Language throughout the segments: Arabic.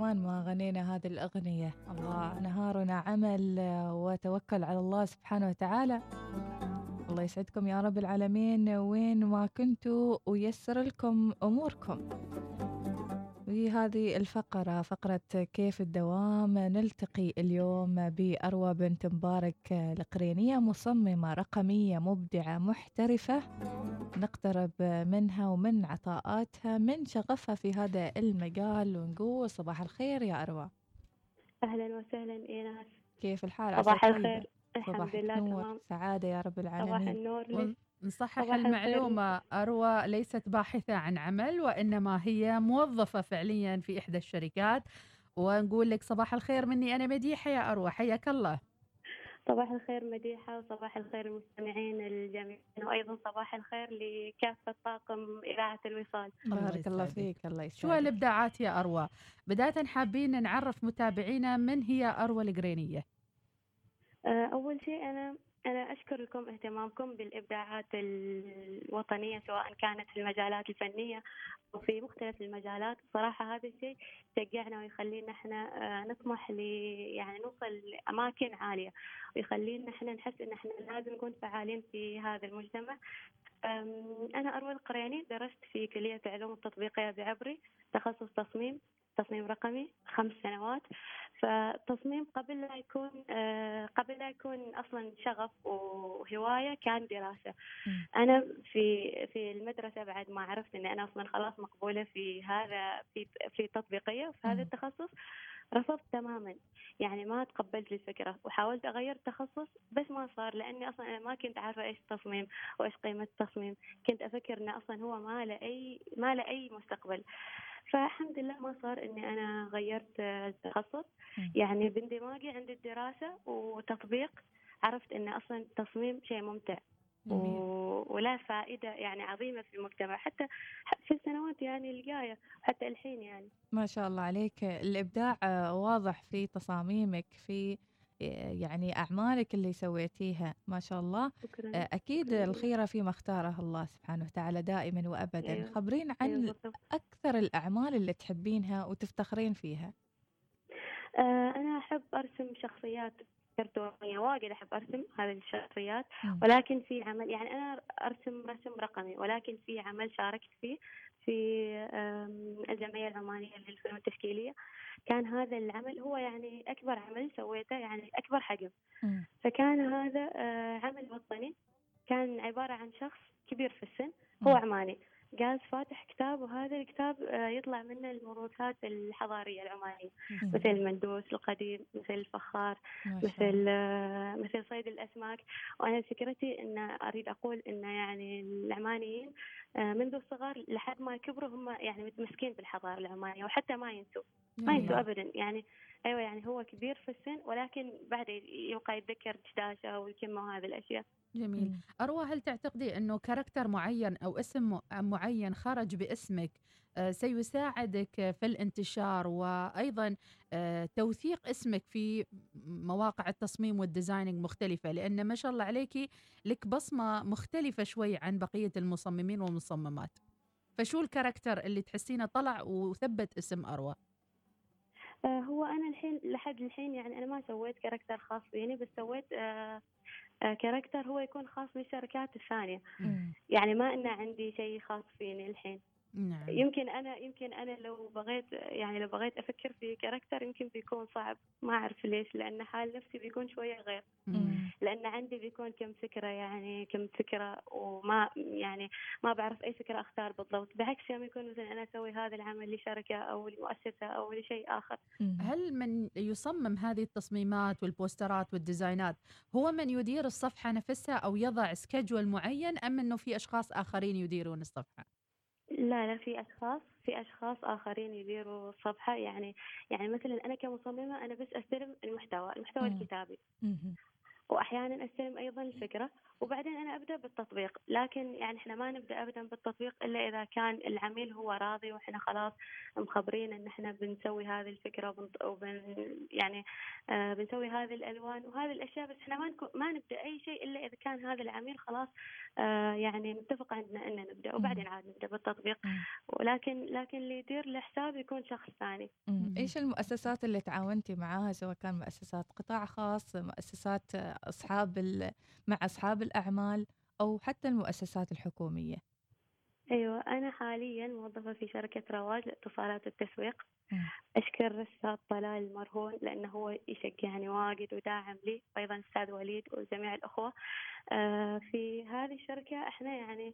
زمان ما غنينا هذه الأغنية. الله نهارنا عمل وتوكل على الله سبحانه وتعالى. الله يسعدكم يا رب العالمين وين ما كنتوا ويسر لكم أموركم. في هذه الفقرة فقرة كيف الدوام نلتقي اليوم بأروى بنت مبارك القرينية، مصممة رقمية مبدعة محترفة، نقترب منها ومن عطاءاتها من شغفها في هذا المجال ونقول صباح الخير يا أروى. أهلا وسهلا إيناس، كيف الحال؟ صباح عساك طيبة. الخير. الحمد صباحك لله نور تمام. سعادة يا رب صباح العالمين. النور لك. ونصحح صباح الخير لك. المعلومة، أروى ليست باحثة عن عمل وإنما هي موظفة فعليا في إحدى الشركات. ونقول لك صباح الخير مني أنا مديحة يا أروى، حياك الله. صباح الخير مديحة، وصباح الخير المستمعين الجميعين، وأيضا صباح الخير لكافة طاقم إذاعة الوصال. بارك الله يسعدك. فيك. الله شو يسعدك. الإبداعات يا أروى؟ بداية حابين نعرف متابعينا من هي أروى القرينية. أول شيء أنا أشكر لكم اهتمامكم بالإبداعات الوطنية، سواء كانت في المجالات الفنية أو في مختلف المجالات. صراحة هذا الشيء يشجعنا ويخلينا إحنا نطمح يعني نوصل لأماكن عالية، ويخلينا إحنا نحس إن إحنا لازم نكون فعالين في هذا المجتمع. أنا أروى القرياني، درست في كلية العلوم التطبيقية بعبري، تخصص تصميم رقمي 5 سنوات. فالتصميم قبل لا يكون أصلا شغف وهواية كان دراسة. أنا في المدرسة بعد ما عرفت إن أنا أصلا خلاص مقبولة في هذا في تطبيقية في هذا التخصص، رفضت تماما. يعني ما تقبلت الفكرة وحاولت أغير التخصص، بس ما صار، لأني أصلا أنا ما كنت عارفة إيش التصميم وإيش قيمة التصميم. كنت أفكر إنه أصلا هو ما له أي مستقبل. فالحمد لله ما صار إني أنا غيرت التخصص. يعني باندماجي عند الدراسة وتطبيق عرفت إن أصلا التصميم شيء ممتع ولا فائدة يعني عظيمة في المجتمع، حتى في السنوات يعني الجاية، حتى الحين يعني. ما شاء الله عليك، الإبداع واضح في تصاميمك، في يعني أعمالك اللي سويتيها ما شاء الله. شكرا. أكيد شكرا. الخيرة في اختاره الله سبحانه وتعالى دائما وأبدا. أيوة. خبرين أيوة عن بالضبط. أكثر الأعمال اللي تحبينها وتفتخرين فيها. أنا أحب أرسم شخصيات كرتونية، واجد أحب أرسم هذه الشخصيات. ولكن في عمل، يعني أنا أرسم رسم رقمي، ولكن في عمل شاركت فيه في الجمعية العمانية للفنون التشكيلية. كان هذا العمل هو يعني أكبر عمل سويته، يعني أكبر حجم. فكان هذا عمل وطني، كان عبارة عن شخص كبير في السن، هو عماني، جالس فاتح كتاب، وهذا الكتاب يطلع منه الموروثات الحضارية العمانية، مثل المندوس القديم، مثل الفخار، مثل صيد الأسماك. وأنا فكرتي أن أريد أقول أن يعني العمانيين منذ الصغر لحد ما كبروا هم يعني متمسكين بالحضارة العمانية، وحتى ما ينسوا أبدا. يعني أيوة، يعني هو كبير في السن ولكن بعد يبقى يتذكر دشداشة والكمة وهذه الأشياء. جميل. أروى، هل تعتقدي أنه كاركتر معين أو اسم معين خرج باسمك سيساعدك في الانتشار وأيضا توثيق اسمك في مواقع التصميم والديزايننج مختلفة، لأن ما شاء الله عليكي لك بصمة مختلفة شوي عن بقية المصممين والمصممات، فشو الكاركتر اللي تحسينه طلع وثبت اسم أروى؟ هو أنا لحد الحين يعني أنا ما سويت كاركتر خاص فيني، بس سويت كاركتر هو يكون خاص بالشركات الثانية. يعني ما إنه عندي شيء خاص فيني الحين. نعم. يمكن أنا لو بغيت أفكر في كاركتر يمكن بيكون صعب، ما أعرف ليش، لأن حال نفسي بيكون شوية غير. لأن عندي بيكون كم فكرة وما يعني ما بعرف أي فكرة أختار بالضبط، بعكس يوم يكون مثلا أنا أسوي هذا العمل لشركة أو لمؤسسة أو لشيء آخر. هل من يصمم هذه التصميمات والبوسترات والديزاينات هو من يدير الصفحة نفسها أو يضع سكجول معين، أم أنه في أشخاص آخرين يديرون الصفحة؟ لا، في أشخاص آخرين يديروا الصفحة. يعني مثلا أنا كمصممة أنا بس أستلم المحتوى الكتابي، وأحيانا أستلم أيضا الفكرة، وبعدين أنا أبدأ بالتطبيق. لكن يعني إحنا ما نبدأ أبدا بالتطبيق إلا إذا كان العميل هو راضي وإحنا خلاص مخبرين إن إحنا بنسوي هذه الفكرة يعني بنسوي هذه الألوان وهذه الأشياء. بس إحنا ما نبدأ أي شيء إلا إذا كان هذا العميل خلاص يعني متفق عندنا إن نبدأ، وبعدين عاد نبدأ بالتطبيق. لكن اللي يدير الحساب يكون شخص ثاني. إيش المؤسسات اللي تعاونتي معاها، سواء كان مؤسسات قطاع خاص، مؤسسات مع أصحاب الأعمال، أو حتى المؤسسات الحكومية؟ أيوة، أنا حاليا موظفة في شركة رواج لاتصالات التسويق. أشكر الأستاذ طلال المرهون لأنه هو يشجعني واجد وداعم لي، وأيضا الأستاذ وليد وجميع الأخوة. في هذه الشركة إحنا يعني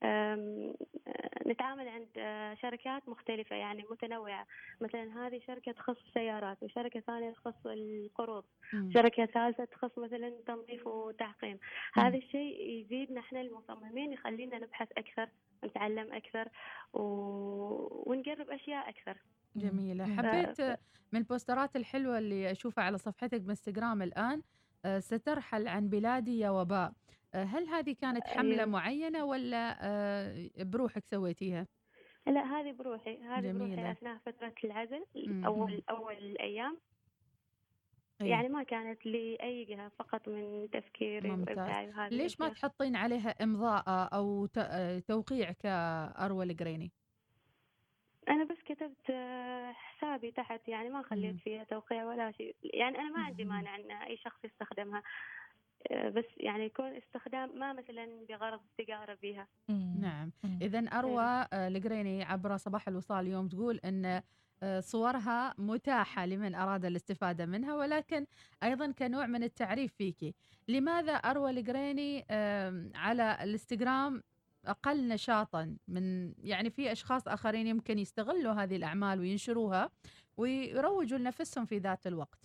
نتعامل عند شركات مختلفة يعني متنوعة. مثلا هذه شركة تخص السيارات، وشركة ثانية تخص القروض، شركة ثالثة تخص مثلا تنظيف وتعقيم. هذا الشيء يزيدنا احنا المصممين، يخلينا نبحث أكثر، نتعلم أكثر، ونقرب أشياء أكثر. جميلة. حبيت من البوسترات الحلوة اللي أشوفها على صفحتك بإنستغرام الآن، سترحل عن بلادي يا وباء. هل هذه كانت حملة معينة ولا بروحك سويتيها؟ لا، هذه بروحي، جميلة. أثناء فترة العزل. أول الأيام أيه. يعني ما كانت لي أي جهة، فقط من تفكيري وإبداعي. ليش ما تحطين عليها إمضاء أو توقيع كأروى القريني؟ أنا بس كتبت حسابي تحت، يعني ما خليت فيها توقيع ولا شيء. يعني أنا ما عندي مانع أن أي شخص يستخدمها، بس يعني يكون استخدام ما مثلا بغرض التجارة بها. نعم. إذن أروى القريني عبر صباح الوصال اليوم تقول أن صورها متاحة لمن أراد الاستفادة منها، ولكن أيضا كنوع من التعريف فيكي. لماذا أروى القريني على الانستغرام أقل نشاطا من يعني في أشخاص آخرين يمكن يستغلوا هذه الأعمال وينشروها ويروجوا لنفسهم في ذات الوقت؟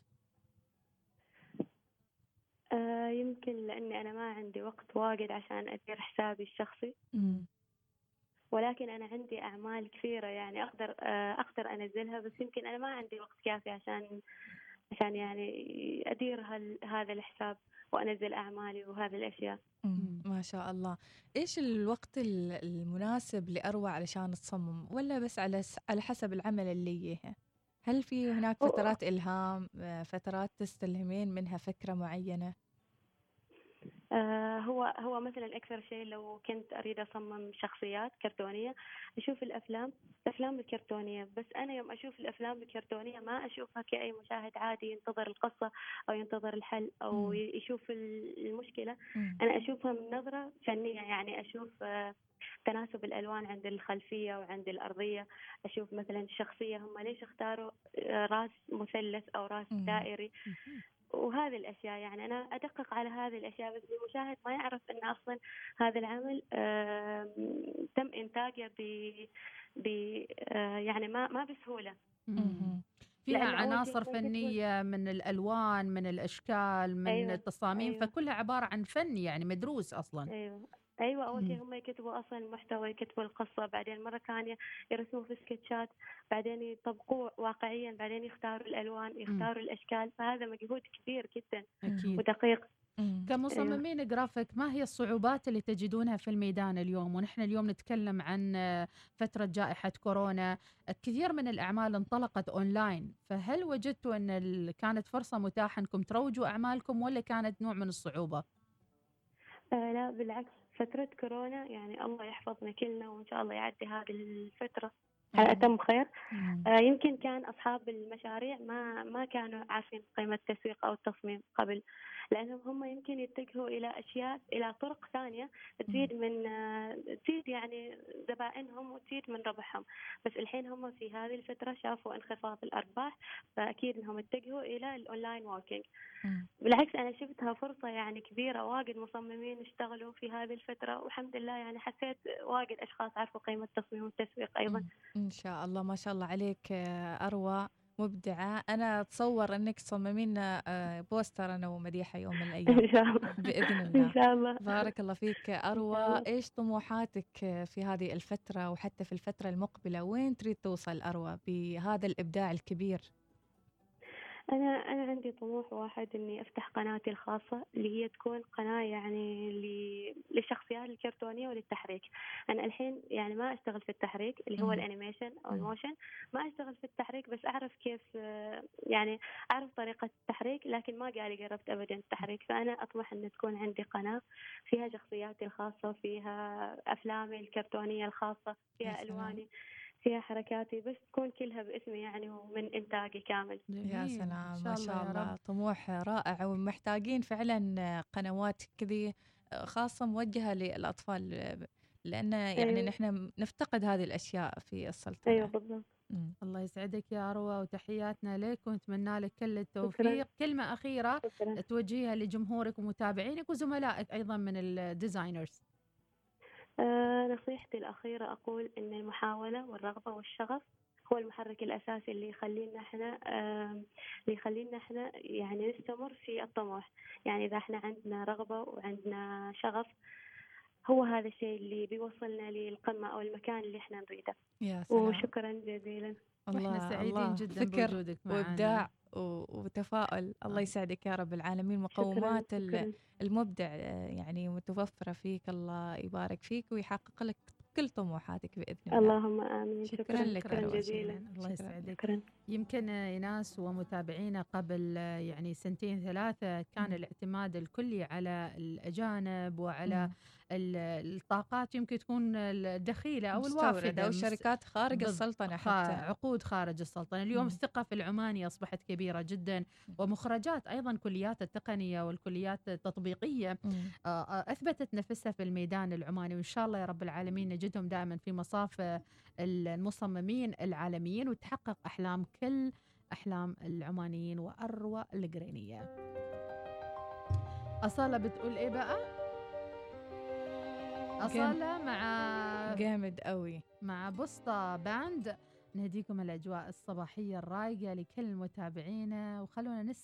يمكن لأني أنا ما عندي وقت واجد عشان أدير حسابي الشخصي. ولكن أنا عندي أعمال كثيرة يعني أقدر أنزلها، بس يمكن أنا ما عندي وقت كافي عشان يعني أدير هذا الحساب وأنزل أعمالي وهذه الأشياء. ما شاء الله. إيش الوقت المناسب لأروى علشان تصمم، ولا بس على حسب العمل اللي يجيها؟ هل في هناك فترات إلهام، فترات تستلهمين منها فكرة معينة؟ هو مثلا أكثر شيء لو كنت أريد أصمم شخصيات كرتونية، أشوف الأفلام الكرتونية. بس أنا يوم أشوف الأفلام الكرتونية ما أشوفها كأي مشاهد عادي ينتظر القصة أو ينتظر الحل أو يشوف المشكلة. أنا أشوفها من نظرة فنية، يعني أشوف تناسب الألوان عند الخلفية وعند الأرضية. أشوف مثلا الشخصية هم ليش اختاروا راس مثلث أو راس دائري، وهذه الأشياء. يعني أنا أدقق على هذه الأشياء، بس المشاهد ما يعرف أن أصلا هذا العمل تم إنتاجه يعني ما بسهولة. فيها عناصر فنية من الألوان، من الأشكال، من التصاميم. فكلها عبارة عن فن يعني مدروس أصلا. أيوة. أول شيء هم يكتبوا أصلا المحتوى، يكتبوا القصة، بعدين مرة ثانية يرسموا في سكتشات، بعدين يطبقوا واقعيا، بعدين يختاروا الألوان، يختاروا الأشكال. فهذا مجهود كبير جدا. أكيد. ودقيق. كمصممين جرافيك، ما هي الصعوبات اللي تجدونها في الميدان اليوم؟ ونحن اليوم نتكلم عن فترة جائحة كورونا، كثير من الأعمال انطلقت أونلاين، فهل وجدتوا أن كانت فرصة متاحة أنكم تروجوا أعمالكم، ولا كانت نوع من الصعوبة؟ لا بالعكس، فترة كورونا يعني الله يحفظنا كلنا، وإن شاء الله يعدي هذه الفترة على أتم خير. يمكن كان أصحاب المشاريع ما كانوا عارفين قيمة التسويق أو التصميم قبل، لأنهم هم يمكن يتجهوا إلى أشياء، إلى طرق ثانية تزيد يعني زبائنهم وتزيد من ربحهم. بس الحين هم في هذه الفترة شافوا انخفاض الأرباح، فأكيد إنهم اتجهوا إلى الأونلاين ووركينج. بالعكس أنا شفتها فرصة يعني كبيرة، واجد مصممين اشتغلوا في هذه الفترة، والحمد لله يعني حسيت واجد أشخاص عرفوا قيمة التصميم والتسويق أيضا. إن شاء الله. ما شاء الله عليك أروى، مبدعة. أنا أتصور أنك تصممين بوستر أنا ومديحة يوم من الأيام إن شاء الله بإذن الله. إن شاء الله. بارك الله فيك أروى. إيش طموحاتك في هذه الفترة وحتى في الفترة المقبلة؟ وين تريد توصل أروى بهذا الإبداع الكبير؟ أنا عندي طموح واحد إني أفتح قناتي الخاصة اللي هي تكون قناة يعني للشخصيات الكرتونية وللتحريك. أنا الحين يعني ما أشتغل في التحريك اللي هو مم. الأنيميشن أو مم. الموشن، ما أشتغل في التحريك بس أعرف كيف يعني أعرف طريقة التحريك، لكن ما قالي جربت أبدا التحريك. فأنا أطمح إن تكون عندي قناة فيها شخصياتي الخاصة، فيها أفلامي الكرتونية الخاصة، يا فيها سلام، ألواني، فيها حركاتي، بس تكون كلها باسمي يعني ومن إنتاجي كامل. يا جميل، إن سلام، ما شاء الله شاء يا رب. الله، طموح رائع، ومحتاجين فعلا قنوات كذي خاصة موجهة للأطفال، لأن يعني أيوه، نحن نفتقد هذه الأشياء في أيوه السلطنة. بالضبط. مم. الله يسعدك يا أروى، وتحياتنا لك، ونتمنى لك كل شكرًا، التوفيق. كلمة أخيرة شكرًا. توجهيها لجمهورك ومتابعينك وزملائك أيضا من الديزاينرز. نصيحتي الأخيرة أقول إن المحاولة والرغبة والشغف هو المحرك الأساسي اللي يخلينا إحنا يعني نستمر في الطموح. يعني إذا إحنا عندنا رغبة وعندنا شغف، هو هذا الشيء اللي بيوصلنا للقمة أو المكان اللي إحنا نريده. يا سلام، وشكرًا جزيلًا. وإحنا الله سعيدين الله، جدا فكر بوجودك معنا. وإبداع وتفاؤل، الله يسعدك يا رب العالمين. شكرًا، مقومات شكرًا. المبدع يعني متوفرة فيك، الله يبارك فيك ويحقق لك كل طموحاتك بإذن الله. اللهم آمين. شكرا شكرًا، لك شكرا شكرًا أروى، جزيلًا. جزيلا، الله شكرا يسعدك. لك. شكرًا. يمكن ايناس ومتابعينا قبل يعني سنتين ثلاثة كان مم. الاعتماد الكلي على الأجانب وعلى مم. الطاقات يمكن تكون الدخيلة أو مستوردة الوافدة، أو شركات خارج السلطنة حتى. عقود خارج السلطنة. اليوم مم. الثقة في العماني أصبحت كبيرة جدا، ومخرجات أيضا كليات التقنية والكليات التطبيقية مم. أثبتت نفسها في الميدان العماني، وإن شاء الله يا رب العالمين نجدهم دائما في مصاف المصممين العالميين، وتحقق كل أحلام العمانيين وأروى القرينية. أصالة بتقول إيه بقى؟ جام أصالة جامد قوي. مع بسطة باند. نهديكم الأجواء الصباحية الرايقة لكل متابعينا، وخلونا نسمع